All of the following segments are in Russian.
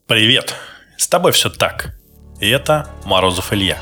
Привет! С тобой все так. И это Морозов Илья.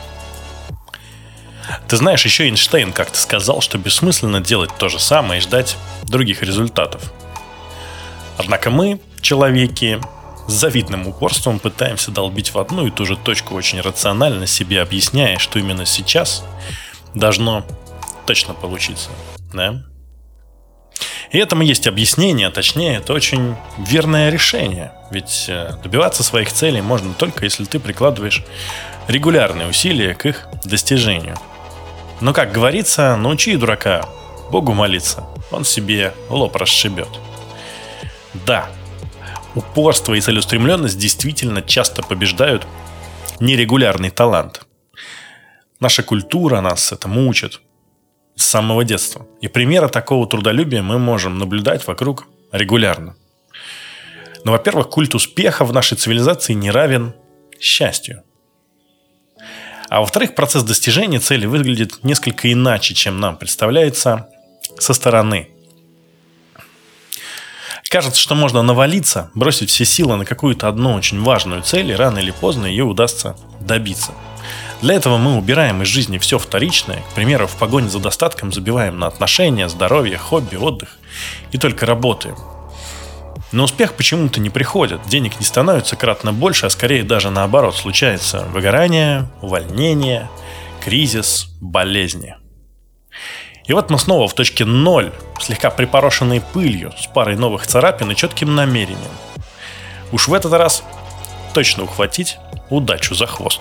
Ты знаешь, еще Эйнштейн как-то сказал, что бессмысленно делать то же самое и ждать других результатов. Однако мы, человеки, с завидным упорством пытаемся долбить в одну и ту же точку, очень рационально себе объясняя, что именно сейчас должно точно получиться. Да? И этому есть объяснение, точнее, это очень верное решение. Ведь добиваться своих целей можно только если ты прикладываешь регулярные усилия к их достижению. Но, как говорится, научи дурака Богу молиться, он себе лоб расшибет. Да, упорство и целеустремленность действительно часто побеждают нерегулярный талант. Наша культура нас этому учит с самого детства. И примеры такого трудолюбия мы можем наблюдать вокруг регулярно. Но, во-первых, культ успеха в нашей цивилизации не равен счастью. А во-вторых, процесс достижения цели выглядит несколько иначе, чем нам представляется со стороны. Кажется, что можно навалиться, бросить все силы на какую-то одну очень важную цель, и рано или поздно ее удастся добиться. Для этого мы убираем из жизни все вторичное, к примеру, в погоне за достатком забиваем на отношения, здоровье, хобби, отдых и только работаем. Но успех почему-то не приходит, денег не становится кратно больше, а скорее даже наоборот, случается выгорание, увольнение, кризис, болезни. И вот мы снова в точке ноль, слегка припорошенной пылью, с парой новых царапин и четким намерением. Уж в этот раз точно ухватить удачу за хвост.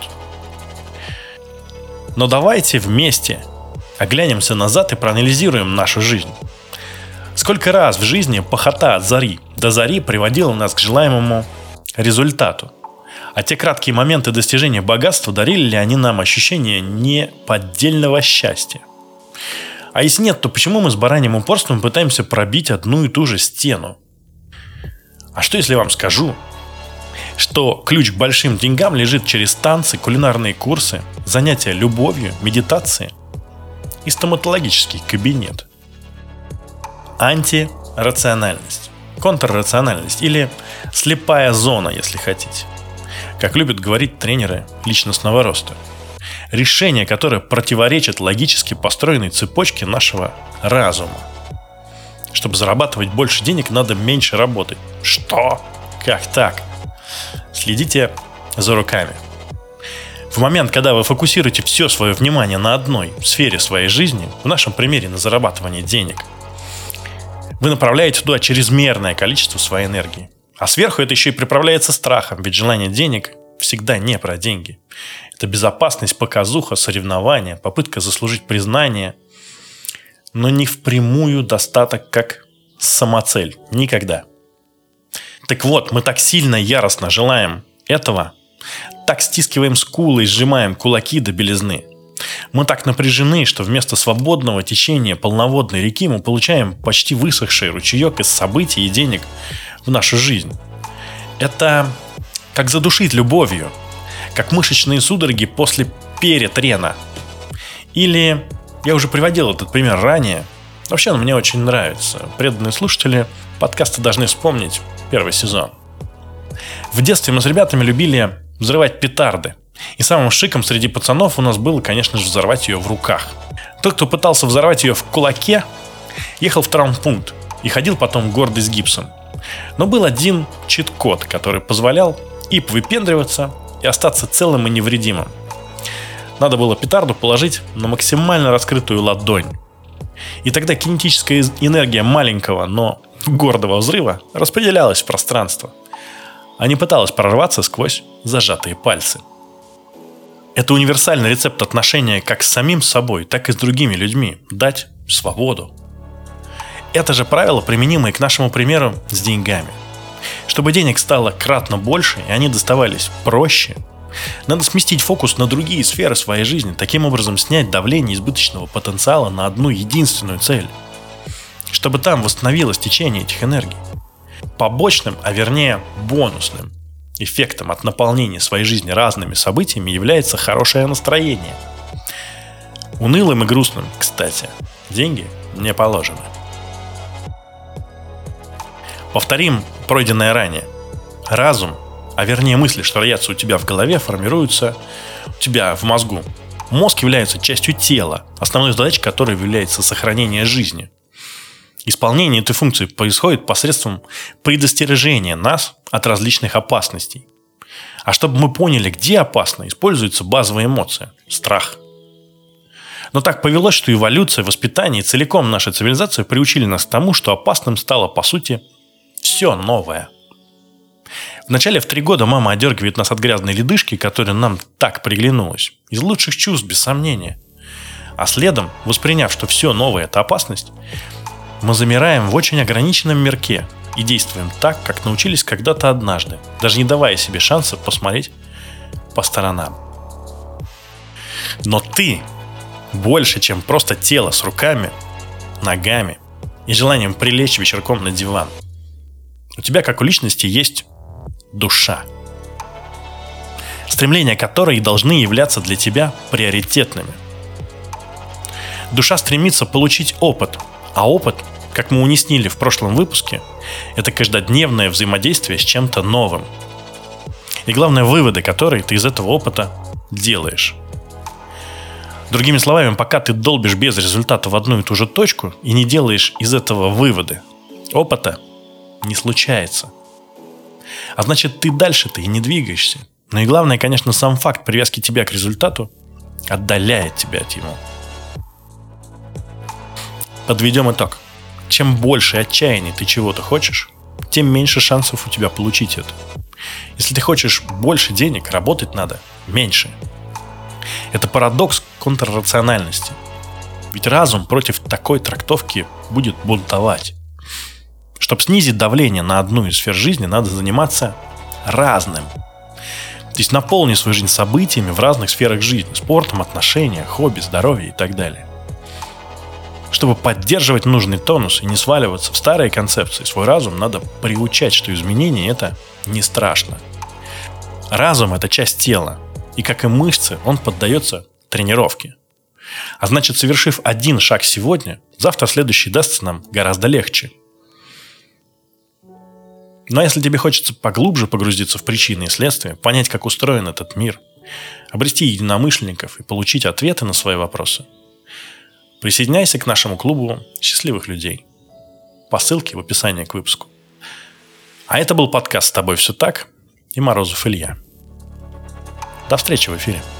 Но давайте вместе оглянемся назад и проанализируем нашу жизнь. Сколько раз в жизни похота от зари до зари приводила нас к желаемому результату? А те краткие моменты достижения богатства дарили ли они нам ощущение неподдельного счастья? А если нет, то почему мы с бараньим упорством пытаемся пробить одну и ту же стену? А что если я вам скажу, что ключ к большим деньгам лежит через танцы, кулинарные курсы, занятия любовью, медитации и стоматологический кабинет? Антирациональность, контррациональность или слепая зона, если хотите. Как любят говорить тренеры личностного роста. Решение, которое противоречит логически построенной цепочке нашего разума. Чтобы зарабатывать больше денег, надо меньше работать. Что? Как так? Следите за руками. В момент, когда вы фокусируете все свое внимание на одной сфере своей жизни, в нашем примере на зарабатывании денег, вы направляете туда чрезмерное количество своей энергии. А сверху это еще и приправляется страхом, ведь желание денег всегда не про деньги. Это безопасность, показуха, соревнования, попытка заслужить признание, но не впрямую достаток как самоцель. Никогда. Так вот, мы так сильно, яростно желаем этого, так стискиваем скулы и сжимаем кулаки до белизны. Мы так напряжены, что вместо свободного течения полноводной реки мы получаем почти высохший ручеек из событий и денег в нашу жизнь. Это как задушить любовью, как мышечные судороги после перетрена. Или, я уже приводил этот пример ранее, вообще он мне очень нравится. Преданные слушатели подкаста должны вспомнить первый сезон. В детстве мы с ребятами любили взрывать петарды. И самым шиком среди пацанов у нас было, конечно же, взорвать ее в руках. Тот, кто пытался взорвать ее в кулаке, ехал в травмпункт и ходил потом гордый с гипсом. Но был один чит-код, который позволял и выпендриваться, и остаться целым и невредимым. Надо было петарду положить на максимально раскрытую ладонь. И тогда кинетическая энергия маленького, но гордого взрыва распределялась в пространство, а не пыталась прорваться сквозь зажатые пальцы. Это универсальный рецепт отношения как с самим собой, так и с другими людьми. Дать свободу. Это же правило, применимое к нашему примеру с деньгами. Чтобы денег стало кратно больше, и они доставались проще, надо сместить фокус на другие сферы своей жизни, таким образом снять давление избыточного потенциала на одну единственную цель. Чтобы там восстановилось течение этих энергий. Побочным, а вернее бонусным эффектом от наполнения своей жизни разными событиями является хорошее настроение. Унылым и грустным, кстати, деньги не положены. Повторим пройденное ранее. Разум а вернее мысли, что роятся у тебя в голове, формируются у тебя в мозгу. Мозг является частью тела, основной задачей которой является сохранение жизни. Исполнение этой функции происходит посредством предостережения нас от различных опасностей. А чтобы мы поняли, где опасно, используется базовая эмоция – страх. Но так повелось, что эволюция, воспитание и целиком наша цивилизация приучили нас к тому, что опасным стало, по сути, все новое. Вначале в 3 года мама одергивает нас от грязной ледышки, которая нам так приглянулась. Из лучших чувств, без сомнения. А следом, восприняв, что все новое – это опасность, мы замираем в очень ограниченном мирке и действуем так, как научились когда-то однажды, даже не давая себе шанса посмотреть по сторонам. Но ты больше, чем просто тело с руками, ногами и желанием прилечь вечерком на диван. У тебя, как у личности, есть душа, стремления которой должны являться для тебя приоритетными. Душа стремится получить опыт, а опыт, как мы уяснили в прошлом выпуске, это каждодневное взаимодействие с чем-то новым. И главное, выводы, которые ты из этого опыта делаешь. Другими словами, пока ты долбишь без результата в одну и ту же точку и не делаешь из этого выводы, опыта не случается. А значит, ты дальше-то и не двигаешься. Но и главное, конечно, сам факт привязки тебя к результату отдаляет тебя от него. Подведем итог. Чем больше отчаяния ты чего-то хочешь, тем меньше шансов у тебя получить это. Если ты хочешь больше денег, работать надо меньше. Это парадокс контррациональности. Ведь разум против такой трактовки будет бунтовать. Чтобы снизить давление на одну из сфер жизни, надо заниматься разным. То есть наполни свою жизнь событиями в разных сферах жизни. Спортом, отношениях, хобби, здоровье и так далее. Чтобы поддерживать нужный тонус и не сваливаться в старые концепции, свой разум надо приучать, что изменения – это не страшно. Разум – это часть тела. И как и мышцы, он поддается тренировке. А значит, совершив один шаг сегодня, завтра следующий дастся нам гораздо легче. Но если тебе хочется поглубже погрузиться в причины и следствия, понять, как устроен этот мир, обрести единомышленников и получить ответы на свои вопросы, присоединяйся к нашему клубу счастливых людей по ссылке в описании к выпуску. А это был подкаст «С тобой все так» и Морозов Илья. До встречи в эфире.